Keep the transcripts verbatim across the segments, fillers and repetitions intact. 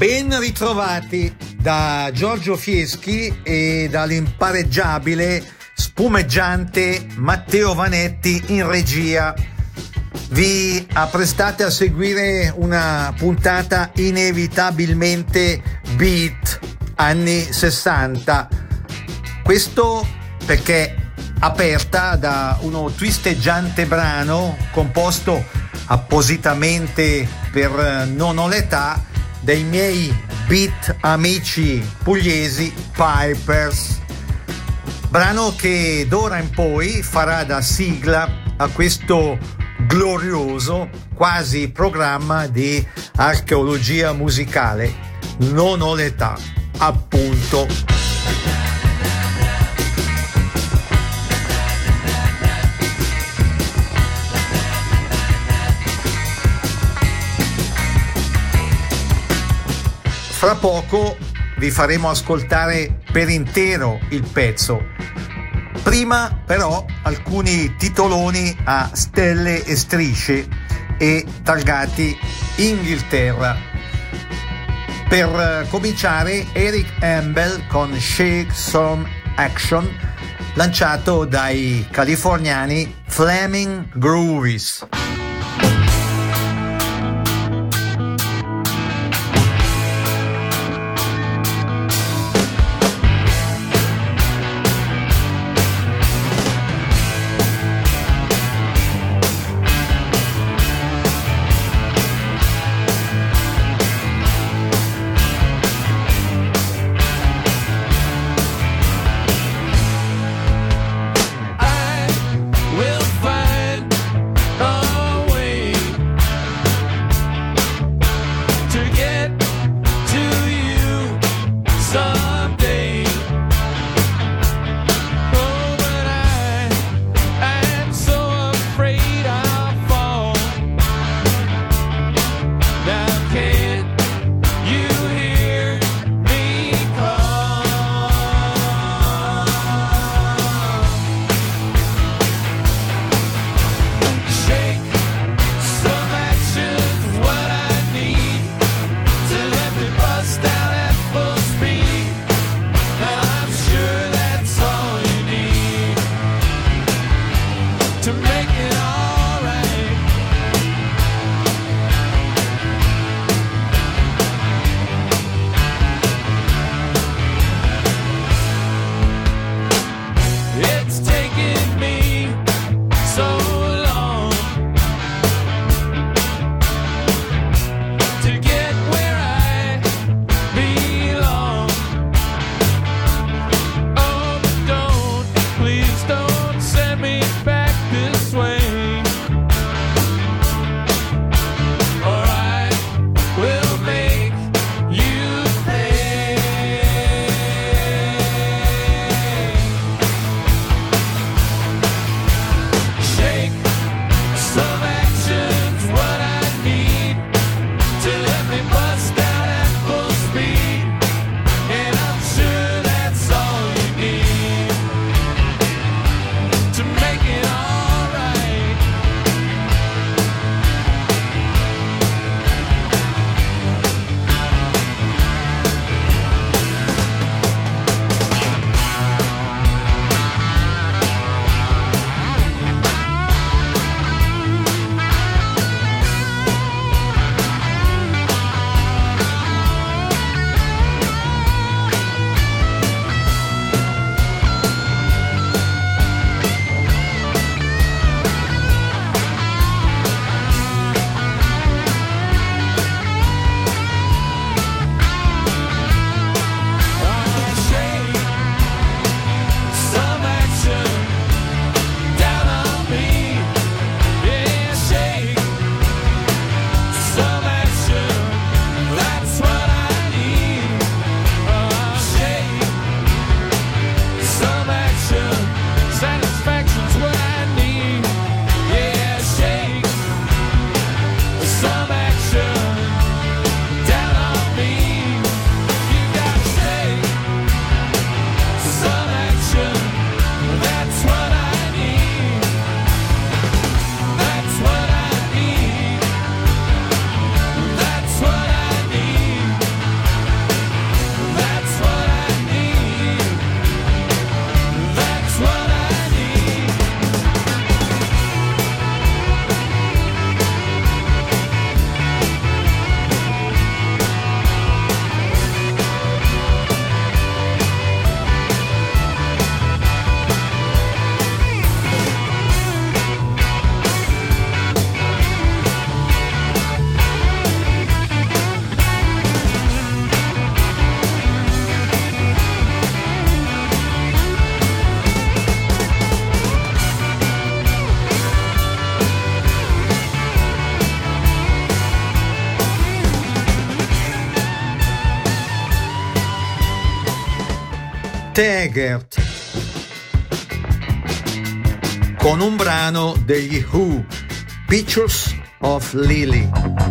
Ben ritrovati da Giorgio Fieschi e dall'impareggiabile, spumeggiante Matteo Vanetti in regia. Vi apprestate a seguire una puntata inevitabilmente beat anni sessanta. Questo perché aperta da uno twisteggiante brano composto appositamente per Non ho l'età dei miei beat amici pugliesi Pipers, brano che d'ora in poi farà da sigla a questo glorioso quasi programma di archeologia musicale. Non ho l'età, appunto. Fra poco vi faremo ascoltare per intero il pezzo. Prima però alcuni titoloni a stelle e strisce e targati Inghilterra. Per cominciare, Eric Hambel con Shake Some Action, lanciato dai californiani Flaming Groovies. To make it Taggart con un brano degli Who, Pictures of Lily.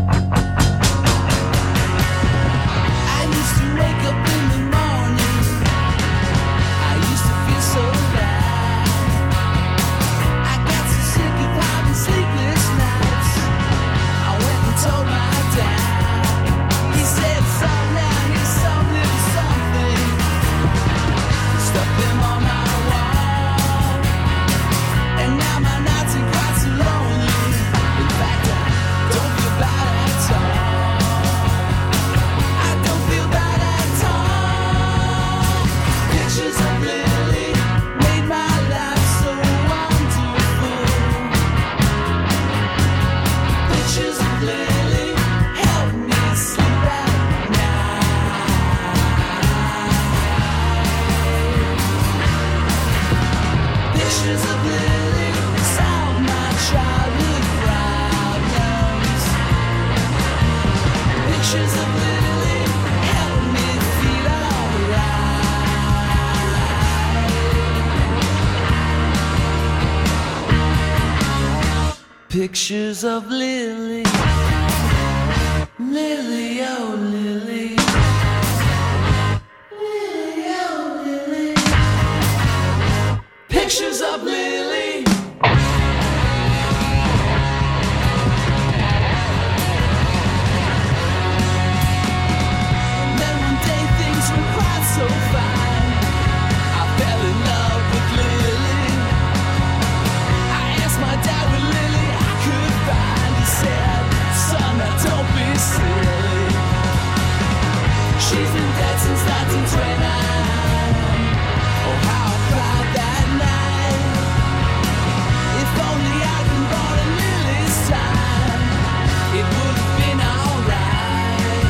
Pictures of Lily, Lily, oh Lily, Lily, oh Lily, pictures of Lily. And then one day things were quite so fine. I fell in love with Lily. I asked my dad with Lily could find. He said, son, now don't be silly. She's been dead since nineteen twenty-nine. Oh, how I cried that night. If only I'd been born in Lily's time, it would have been alright.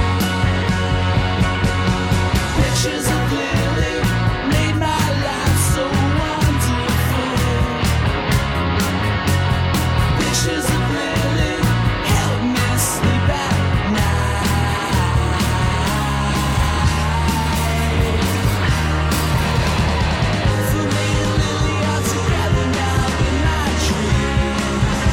Pictures of Lily made my life so wonderful. Pictures of Lily help me sleep at night. For me and Lily are together now in my dreams.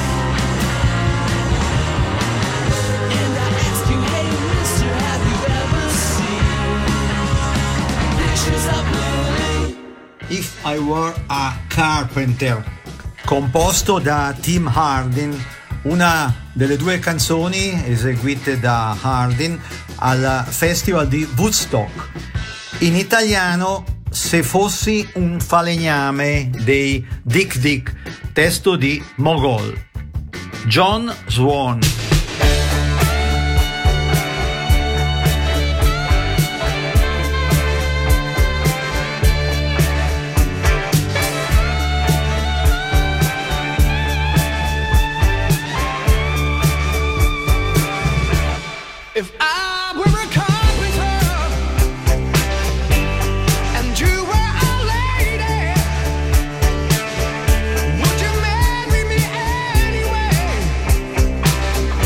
And I ask you, hey mister, have you ever seen pictures of Lily? If I Were a Carpenter, composto da Tim Hardin, una delle due canzoni eseguite da Hardin al Festival di Woodstock. In italiano, Se fossi un falegname dei Dick Dick, testo di Mogol. John Swan. If I were a carpenter and you were a lady, would you marry me anyway?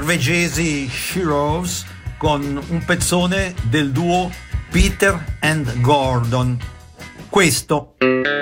norvegesi Sheroes con un pezzone del duo Peter and Gordon. Questo.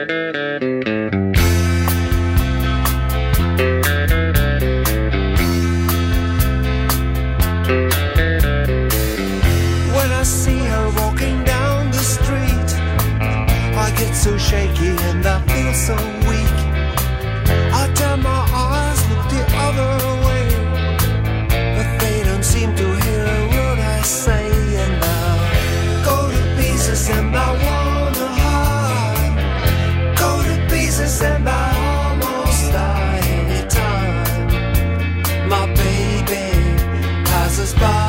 When I see her walking down the street, I get so shaky and I feel so weak. I turn my eyes, look the other way, but they don't seem to hear a word I say. And I go to pieces and I wanna hide. Go to pieces and I almost die anytime my baby passes by.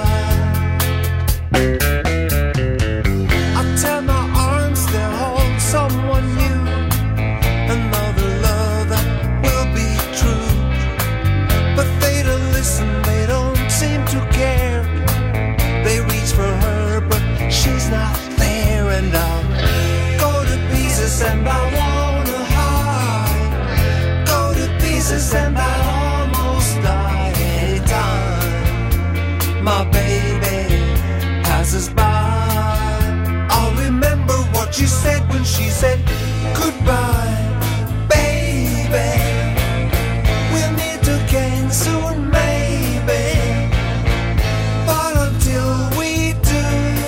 I turn my arms to hold someone new, another love that will be true. But they don't listen, they don't seem to care. They reach for her, but she's not there. And I'll go to pieces and I wanna hide. Go to pieces and I almost die anytime my baby passes by. I'll remember what she said when she said goodbye, baby. We'll meet again soon, maybe. But until we do,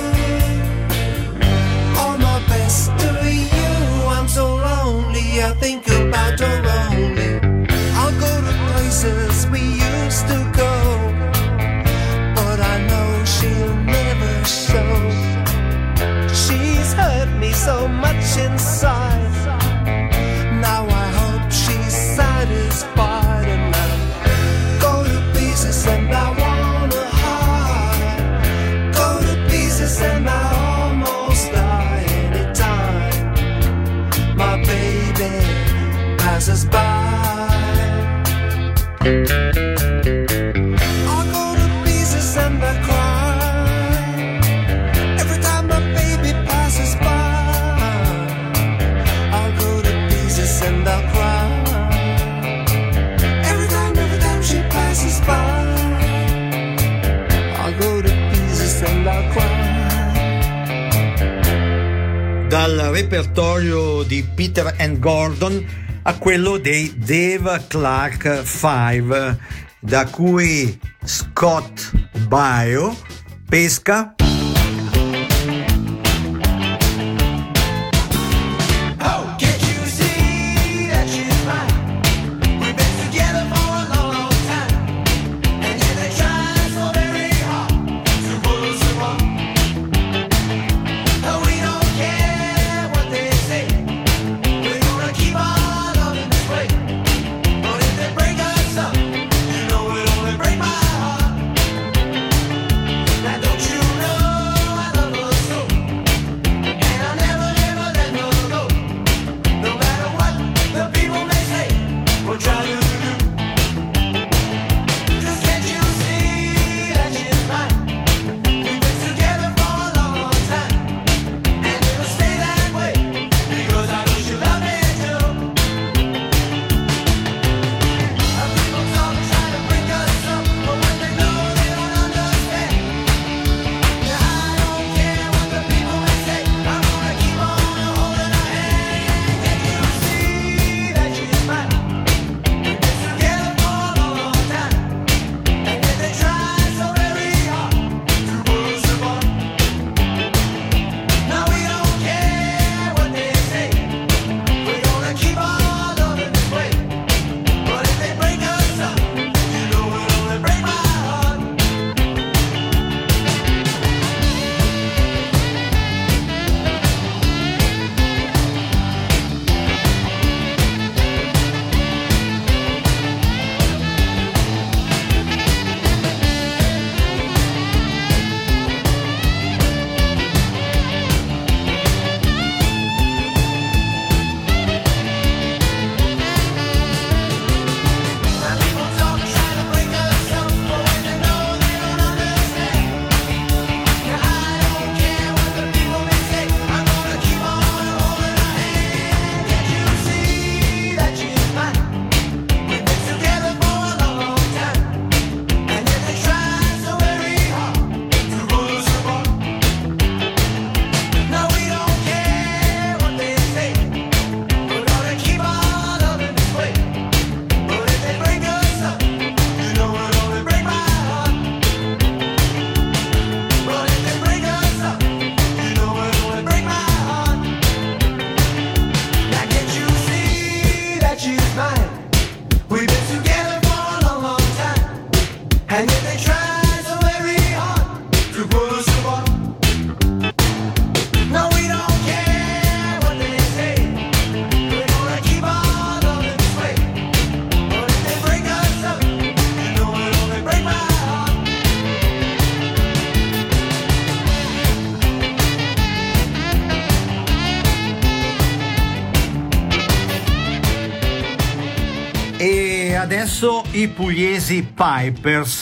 all my best to you. I'm so lonely, I think about her only. I'll go to places we used to go, but I know she'll never show. She's hurt me so much inside. Now I hope she's satisfied. And I go to pieces and I wanna hide. Go to pieces and I almost die anytime my baby passes by. I go to pieces and I cry every time my baby passes by. I'll go to pieces and I'll cry every time, every time she passes by. I'll go to pieces and I'll cry. Dal repertorio di Peter and Gordon a quello dei Dave Clark Five, da cui Scott Baio pesca Don't you know adesso i pugliesi Pipers,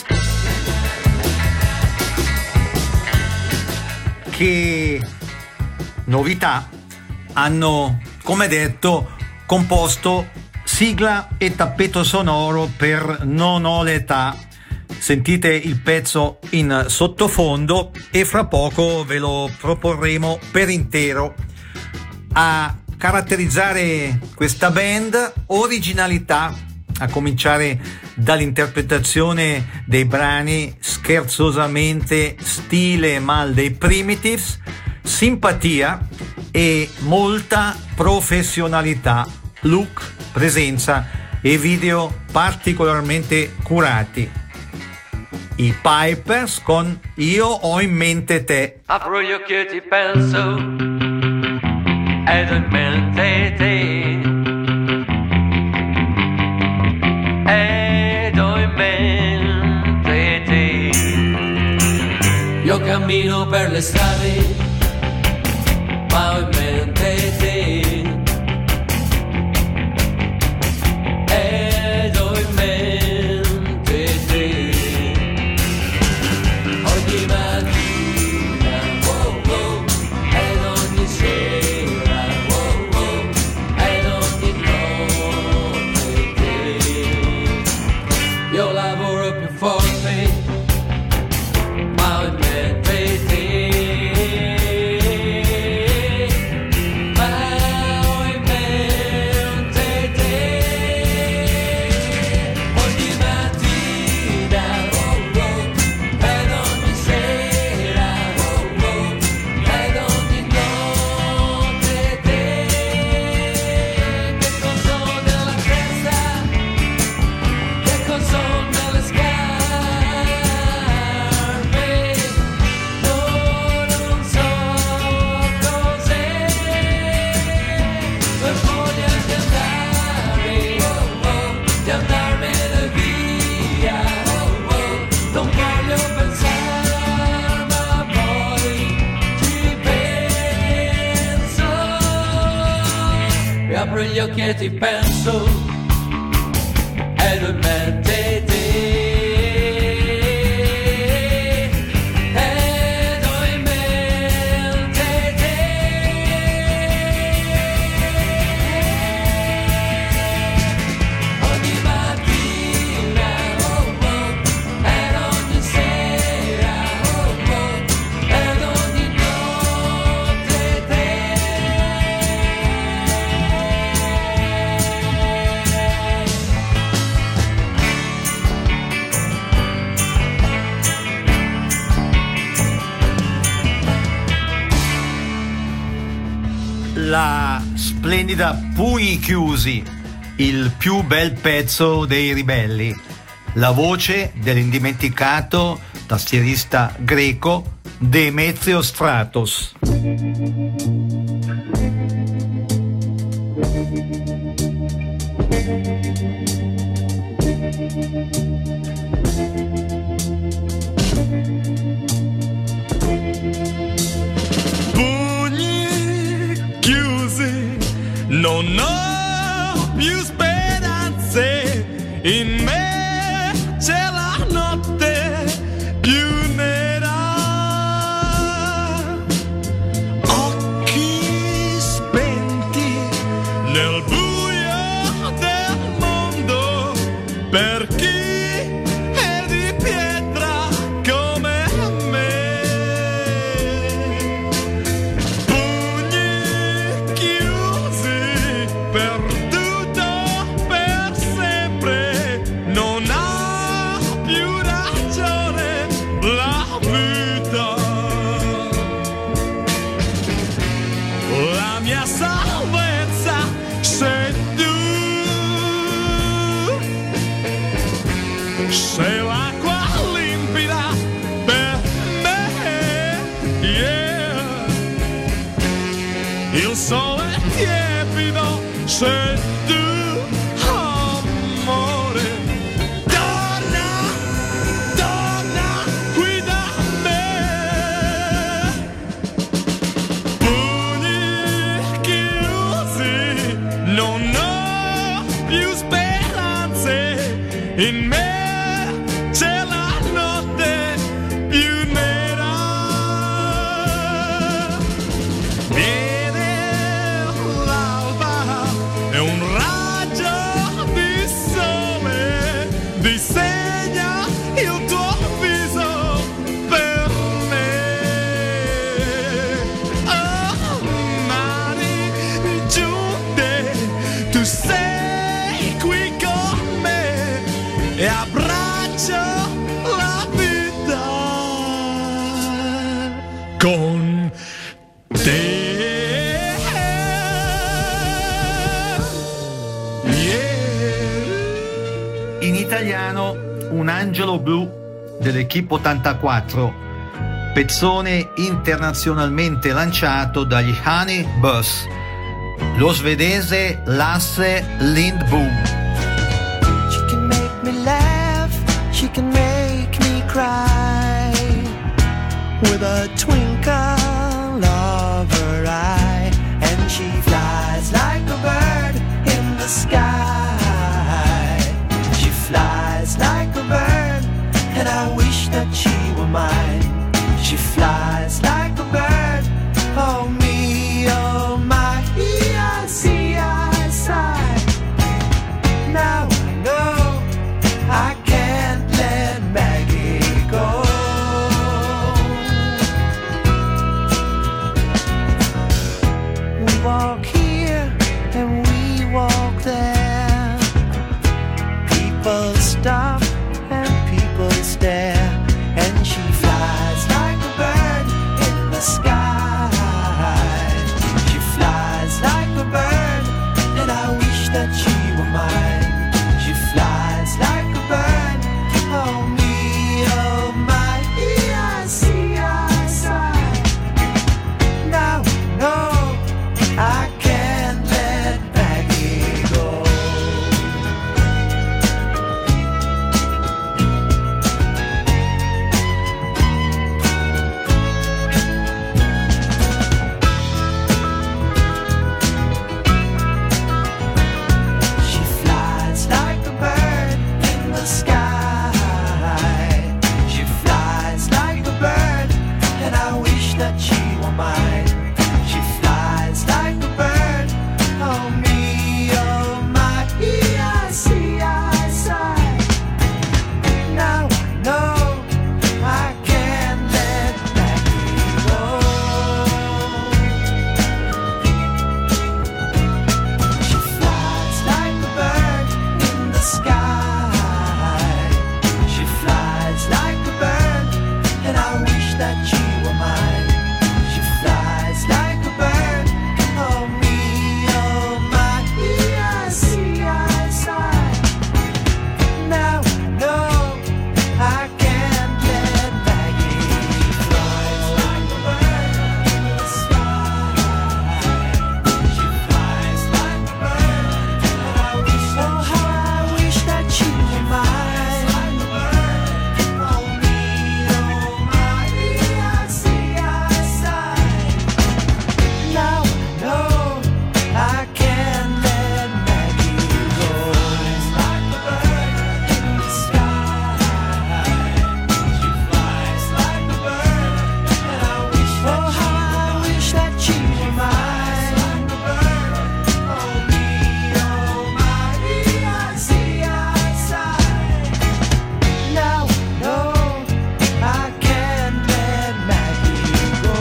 che novità hanno, come detto, composto sigla e tappeto sonoro per Non ho l'età. Sentite il pezzo in sottofondo e fra poco ve lo proporremo per intero. A caratterizzare questa band, originalità, a cominciare dall'interpretazione dei brani scherzosamente stile e mal dei Primitives, simpatia e molta professionalità, look, presenza e video particolarmente curati. I Pipers con Io ho in mente te. Apro gli occhi e ti penso ed ho in mente te, ed ho in mente te. Io cammino per le strade ma ho in mente te, ed ho in mente te. Ogni mattina, wow, wow, ed ogni sera, wow, wow, ed ogni notte te. Io lavoro più forte ma ho in mente te. Apro gli occhi e ti penso ed ho in mente te, ed ho in mente te. Ogni mattina, oh, oh, ed ogni sera, oh, oh, ed ogni notte te. La splendida Pugni Chiusi, il più bel pezzo dei Ribelli, la voce dell'indimenticato tastierista greco Demetrio Stratos. Non ho più speranze, in me c'è la notte più nera. Occhi spenti nel buio del mondo, per chi è di pietra come me. Pugni chiusi, perduto per sempre, non ha più ragione la vita. La mia salvezza sei tu, sei l'acqua limpida per me, yeah. Il sole tiepido sei tu, amore. Torna, torna qui da me. Pugni chiusi, non ho più speranze, con te. In italiano Un angelo blu dell'Equipe ottantaquattro, pezzone internazionalmente lanciato dagli Honey Bus, lo svedese Lasse Lindbom. She can make me laugh, she can make me cry, with a twinkle of her eye, and she flies like a bird in the sky. She flies like a bird, and I wish that she were mine. She flies like a bird, oh me, oh my, I see, I sigh. Now I know I can't let Maggie go. We walk here and we walk there. People stop and people stare, and she flies like a bird in the sky. She flies like a bird, and I wish that she were mine. She flies like a bird, oh me, oh my, I see, I sigh. Now I know I can't let Maggie go. She flies like a bird in the sky. She flies like a bird, and I wish that she were mine. She flies like a bird, oh me, oh my, I see, I sigh. Now I know I can't let Maggie go. She flies like a bird in the sky. She flies like a bird, and I wish that she were mine. She flies like a bird, oh me, oh my, I see, I sigh. Now I know I can't let Maggie fly like a bird in the sky. She flies like a bird, and I wish, oh how I wish that she were mine. Oh me, oh my, I see, I sigh. Now I know I can't let Maggie go. Like a bird in the sky. She flies like a bird, and I wish, oh how I wish that she were mine. Oh me, oh my, I see, I sigh. Now I know I can't let Maggie go.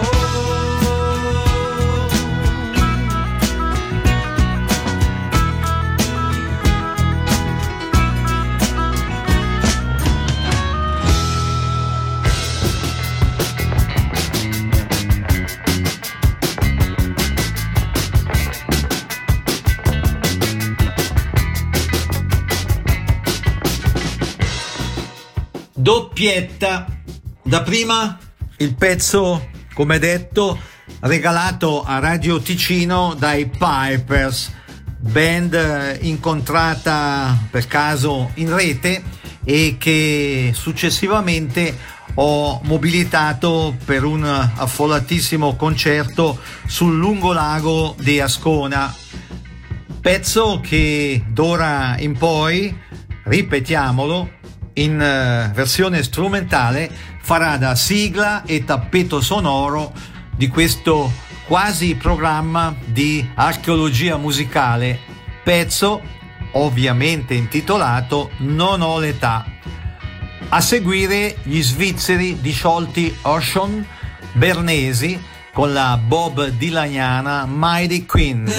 Doppietta. Dapprima il pezzo, come detto, regalato a Radio Ticino dai Pipers, band eh, incontrata per caso in rete e che successivamente ho mobilitato per un affollatissimo concerto sul lungolago di Ascona. Pezzo che d'ora in poi, ripetiamolo, in uh, versione strumentale farà da sigla e tappeto sonoro di questo quasi programma di archeologia musicale, pezzo ovviamente intitolato Non ho l'età. A seguire gli svizzeri disciolti Ocean Bernesi con la Bob Dylaniana Mighty Queen.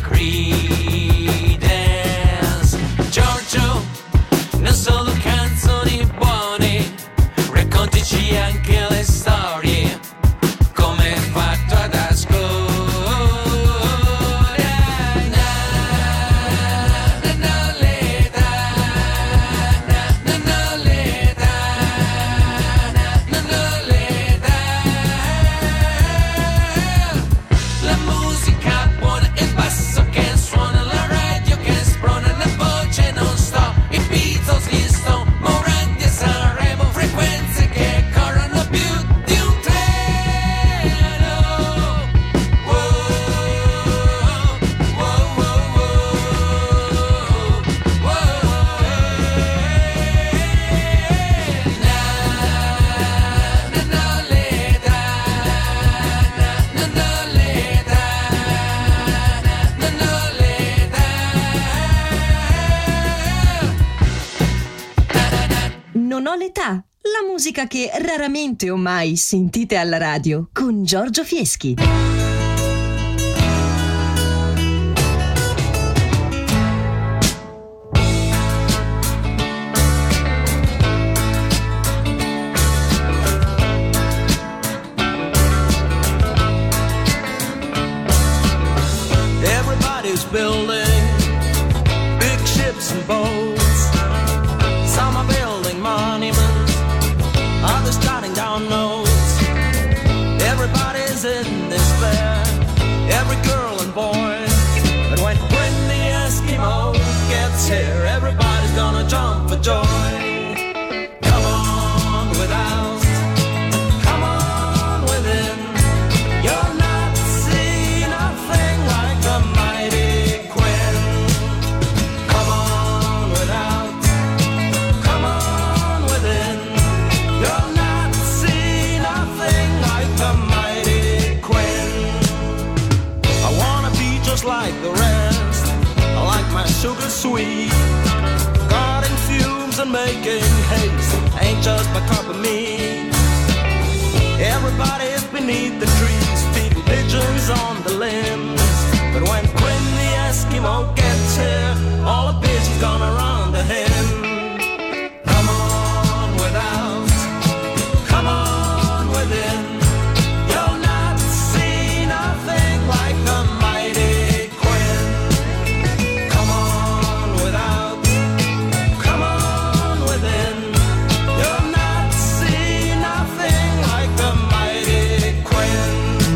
Creedence. Giorgio, non solo canzoni buone, raccontici anche le storie, come hai fatto ad ascoltare. La musica buona, il basso che suona, la radio che sprona, la voce non sto, i Beatles, gli Stone, Morandi e Sanremo, frequenze che corrono più di un treno. Wow, wow, wow, wow, wow. Na, na, na, le, da, na, na, na, le, da, na, na, le, da. Non ho l'età, la musica che raramente o mai sentite alla radio con Giorgio Fieschi. Everybody's building big ships and boats. Some are building monuments, others jotting down notes. Everybody's in despair, every girl and boy. But when, when the Eskimo gets here, everybody's gonna jump for joy. Come on without, come on within. You're not seeing nothing like the mighty Quinn. Come on without, come on within. You're not seeing nothing like the mighty Quinn. I wanna be just like the rest. I like my sugar sweet. Guarding fumes and making haste ain't just my cup of meat. Everybody's beneath the trees, feeding pigeons on the limbs. But when Quinn the Eskimo gets here, all the pigeons gonna run to him. Come on without, come on within. You'll not see nothing like the mighty Quinn. Come on without, come on within. You'll not see nothing like the mighty Quinn.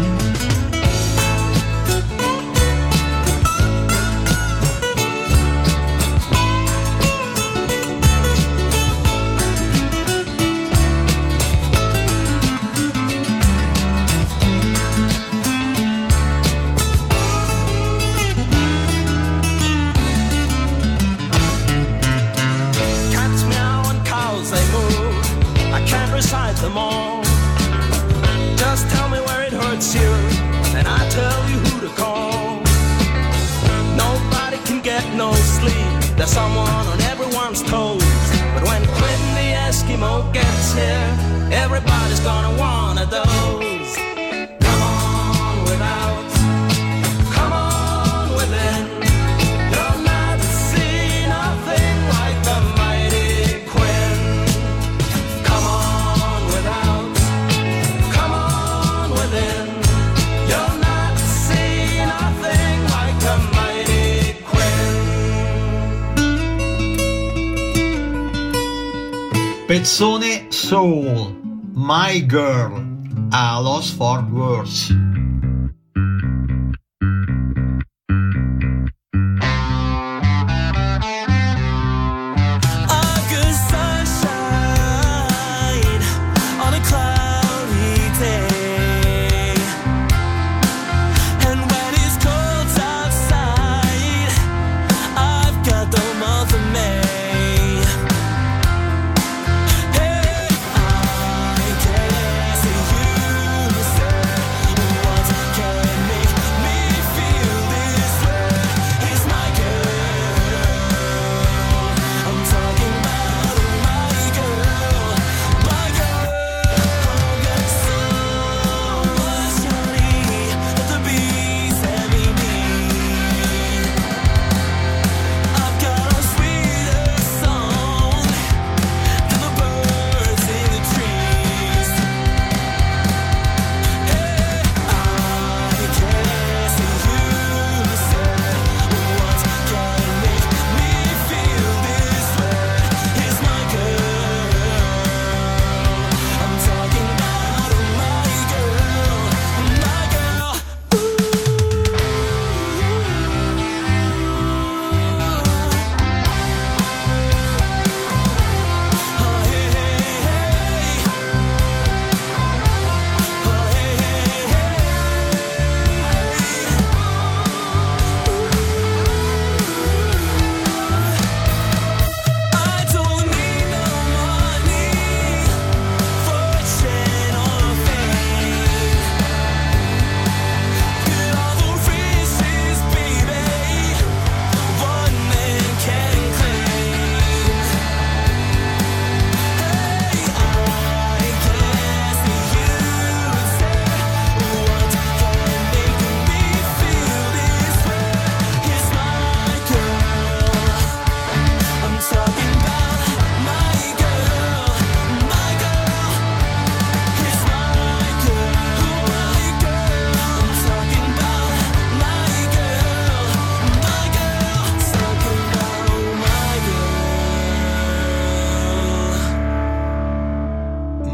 Cats meow and cows they move. I can't recite them all. Just tell me where it hurts you, and I tell you who to call. Nobody can get no sleep. There's someone on everyone's toes. But when Quinn the Eskimo gets here, everybody's gonna want a dose. Come on without, come on within. You'll not see nothing like the mighty Quinn. Come on without, come on within. You'll not see nothing like the mighty Quinn. Pezzone Soul, My Girl, a Loss for Words. August sunshine on a cloudy day, and when it's cold outside, I've got the month of May. Hey, I can see you say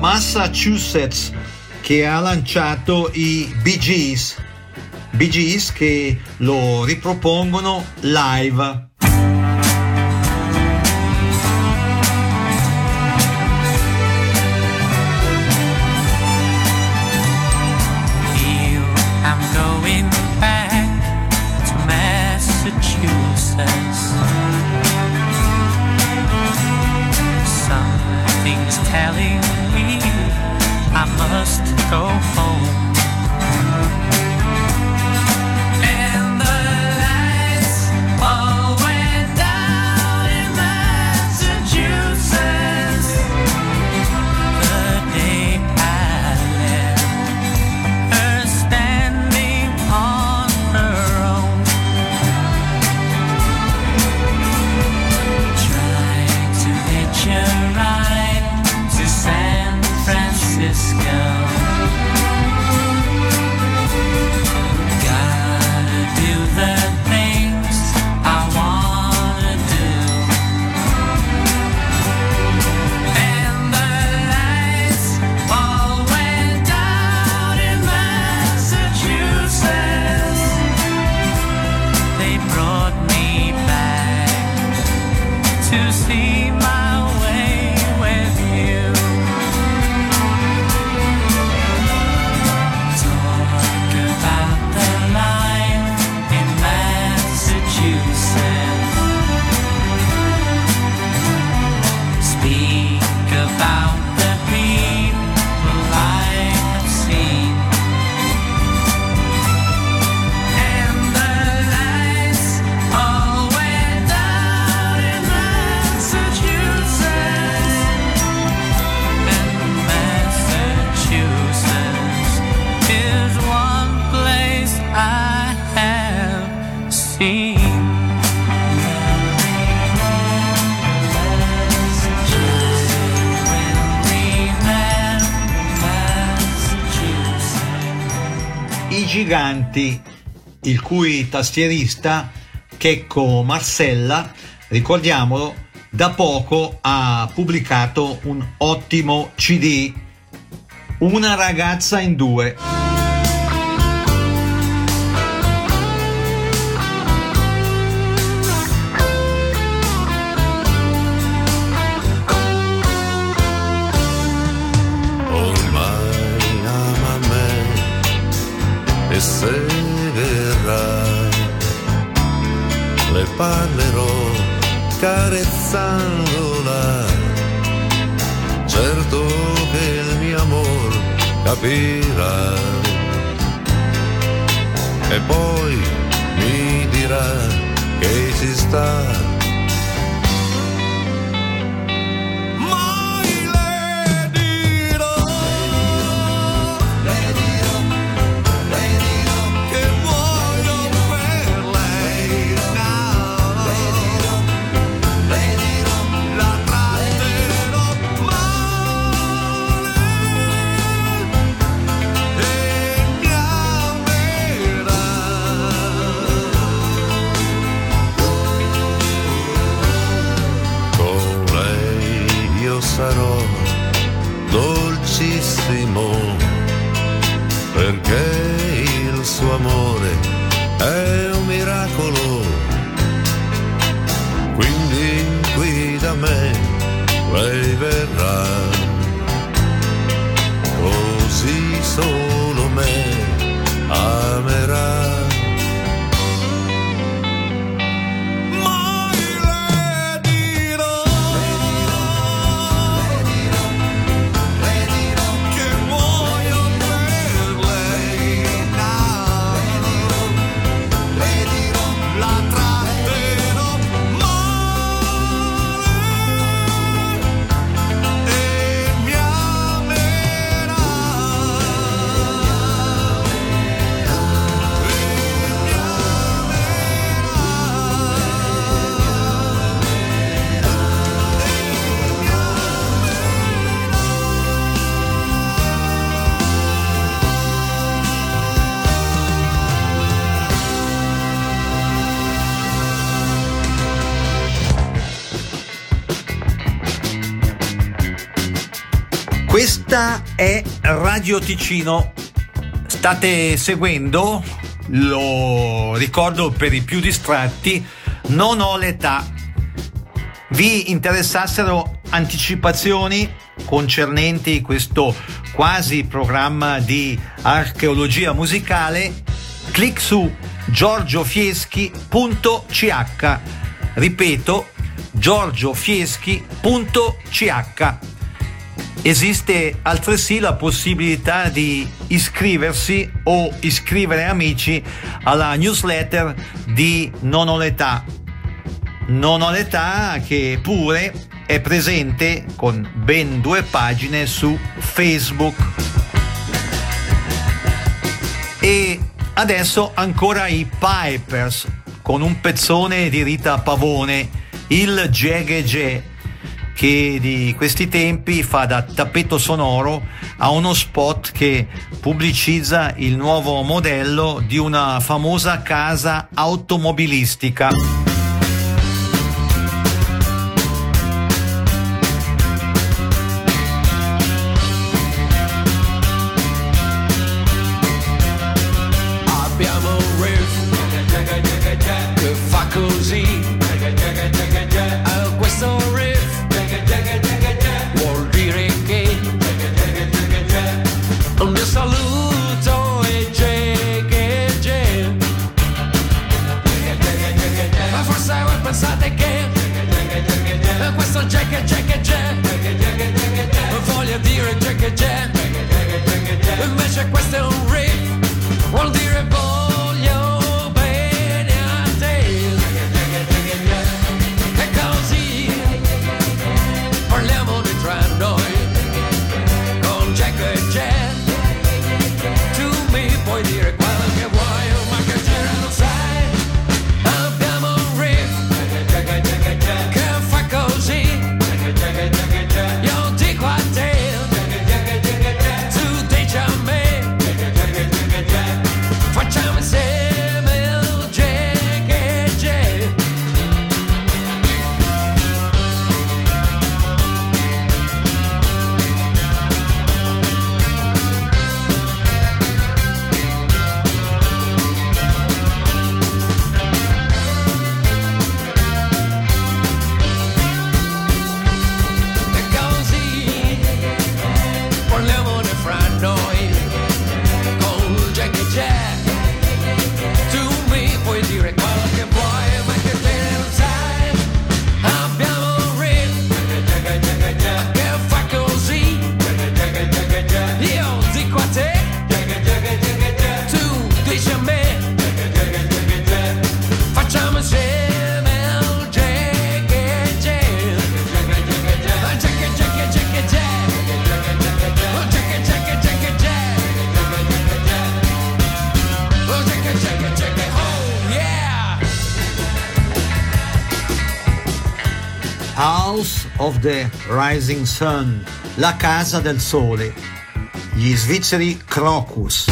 Massachusetts, che ha lanciato i Bee Gees, Bee Gees che lo ripropongono live. Telling me I must go home, and the lights all went down in Massachusetts the day I left her standing on her own, trying to hitch a ride to San Francisco. Gotta do the things I wanna do, and the lights all went down in Massachusetts. They brought me back to see my way with you. Talk about the life in Massachusetts. Speak about the people I have seen, and the lights all went down in Massachusetts, and Massachusetts is one place I have seen. I Giganti, il cui tastierista Checco Marcella, ricordiamolo, da poco ha pubblicato un ottimo C D, Una ragazza in due. Ormai ama me e se verrà le parlerò carezzandola, certo che il mio amor capirà e poi mi dirà che ci sta. Questa è Radio Ticino. State seguendo, lo ricordo per i più distratti, Non ho l'età. Vi interessassero anticipazioni concernenti questo quasi programma di archeologia musicale, clic su giorgiofieschi punto c h. Ripeto, giorgiofieschi punto c h. Esiste altresì la possibilità di iscriversi o iscrivere amici alla newsletter di Non ho l'età. Non ho l'età che pure è presente con ben due pagine su Facebook. E adesso ancora i Pipers con un pezzone di Rita Pavone, il Geghe Ge, che di questi tempi fa da tappeto sonoro a uno spot che pubblicizza il nuovo modello di una famosa casa automobilistica. Abbiamo un riff che fa così. Eh, questo riff vuol dire che un mio saluto è Geghe Ge. Ma forse voi pensate che questo Geghe Geghe Ge voglia dire Geghe Ge, invece questo è un riff, vuol dire voglio bene a te. E così parliamo di tra noi con Geghe Ge. Tu mi puoi dire quello che vuoi, ma che genere non sai. Abbiamo un riff che fa così. Io dico a te, tu dici a me, facciamo insieme il Geghe Ge. E così parliamone fra noi con il Geghe Ge. Tu mi puoi dire quello che vuoi, ma che te ne non sai. Abbiamo un riff che fa così. Io dico a te, tu dici a me, facciamo insieme il Geghe Ge. Geghe Geghe Geghe Ge. Geghe Geghe Geghe Ge. Oh, Geghe Geghe Geghe, oh yeah! House of the Rising Sun, la casa del sole, gli svizzeri Crocus.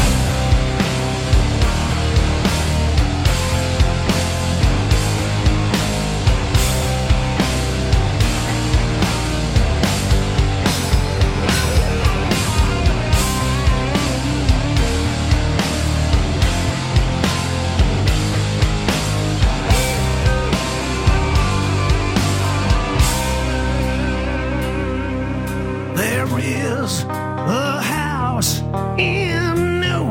There is a house in New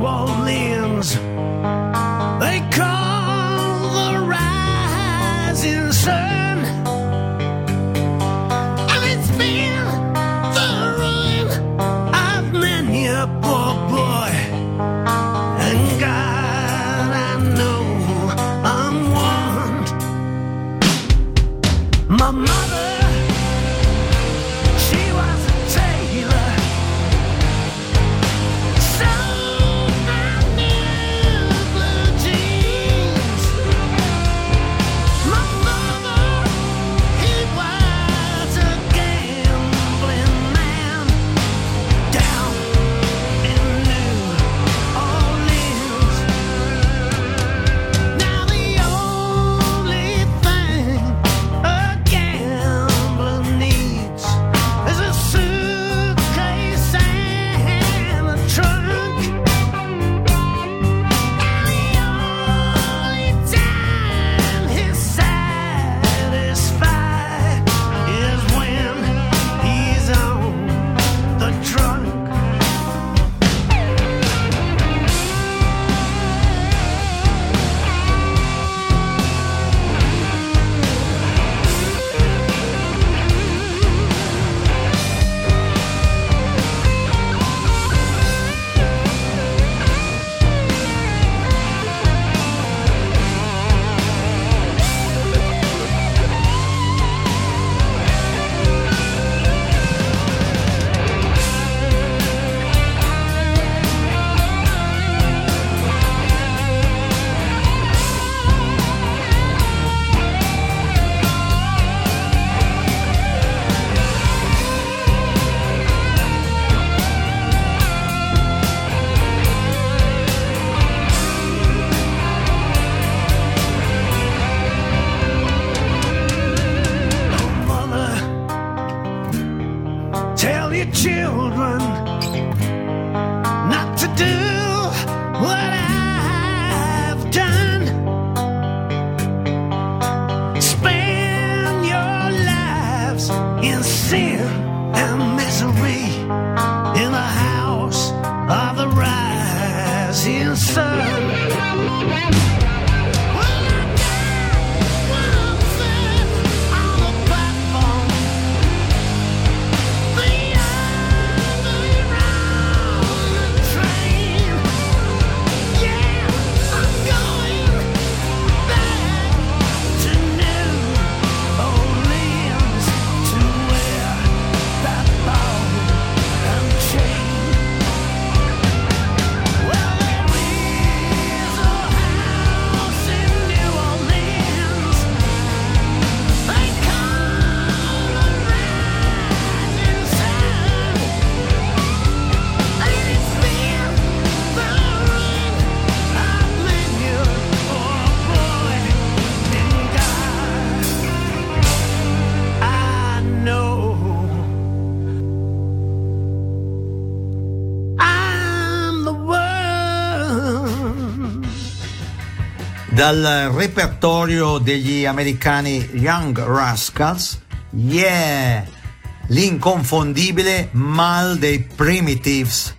Dal repertorio degli americani Young Rascals, yeah, l'inconfondibile Mal dei Primitives.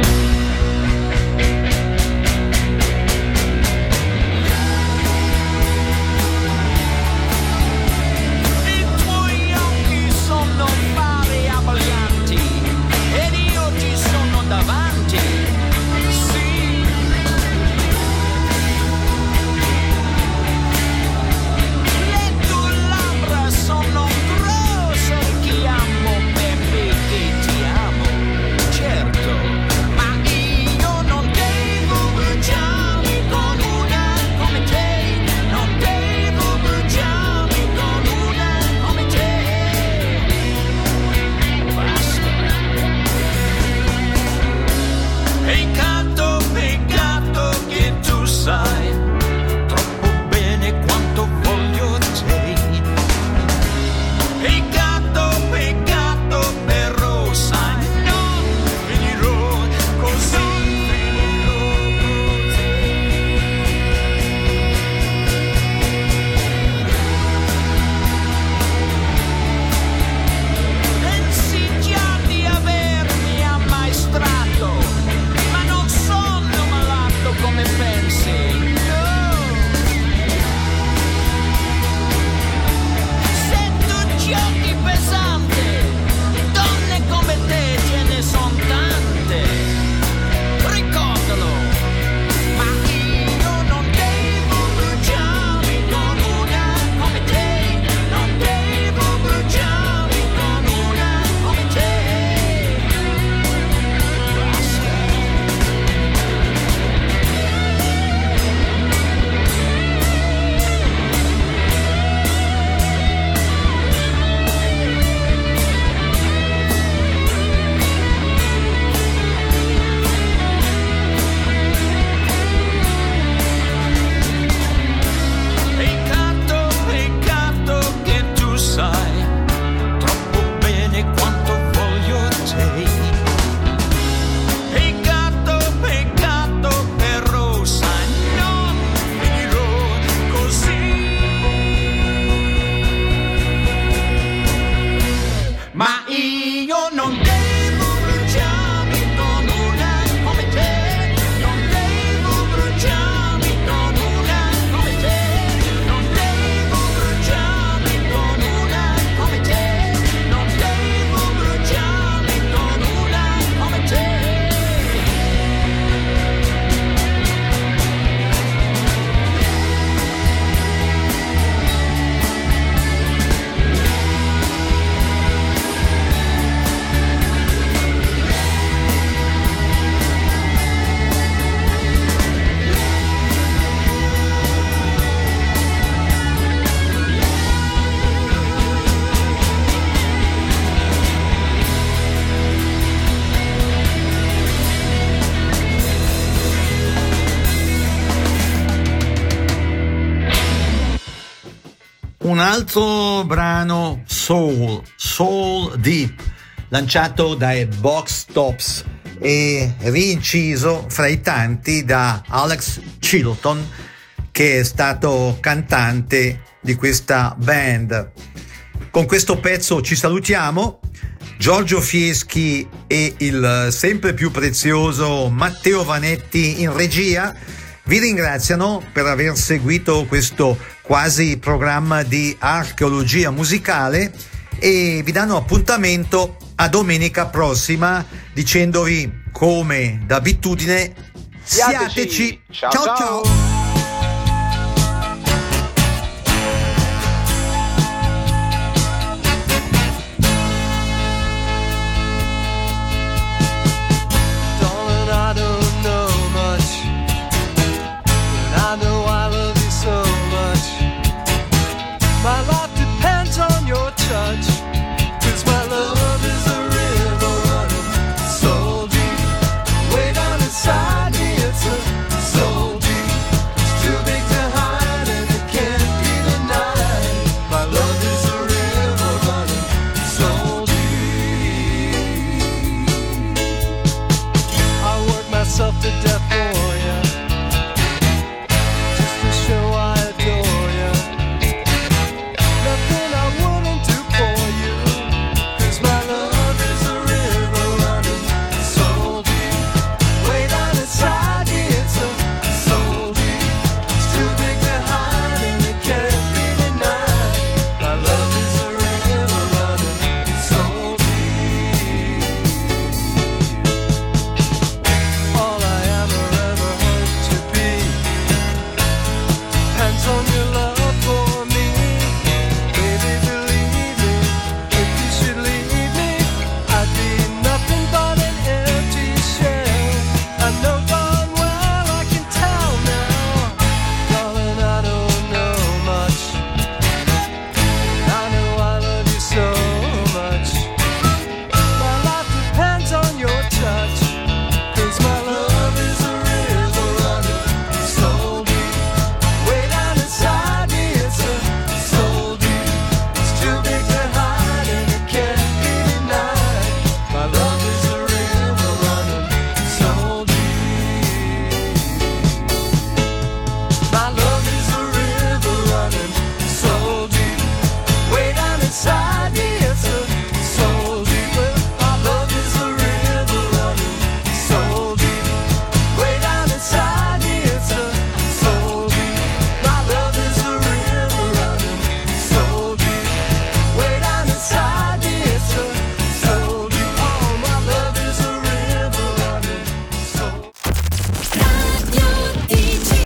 Un altro brano soul, Soul Deep, lanciato dai Box Tops e rinciso fra i tanti da Alex Chilton, che è stato cantante di questa band. Con questo pezzo ci salutiamo. Giorgio Fieschi e il sempre più prezioso Matteo Vanetti in regia vi ringraziano per aver seguito questo quasi programma di archeologia musicale e vi danno appuntamento a domenica prossima dicendovi come d'abitudine siateci. Ciao, ciao. ciao. ciao.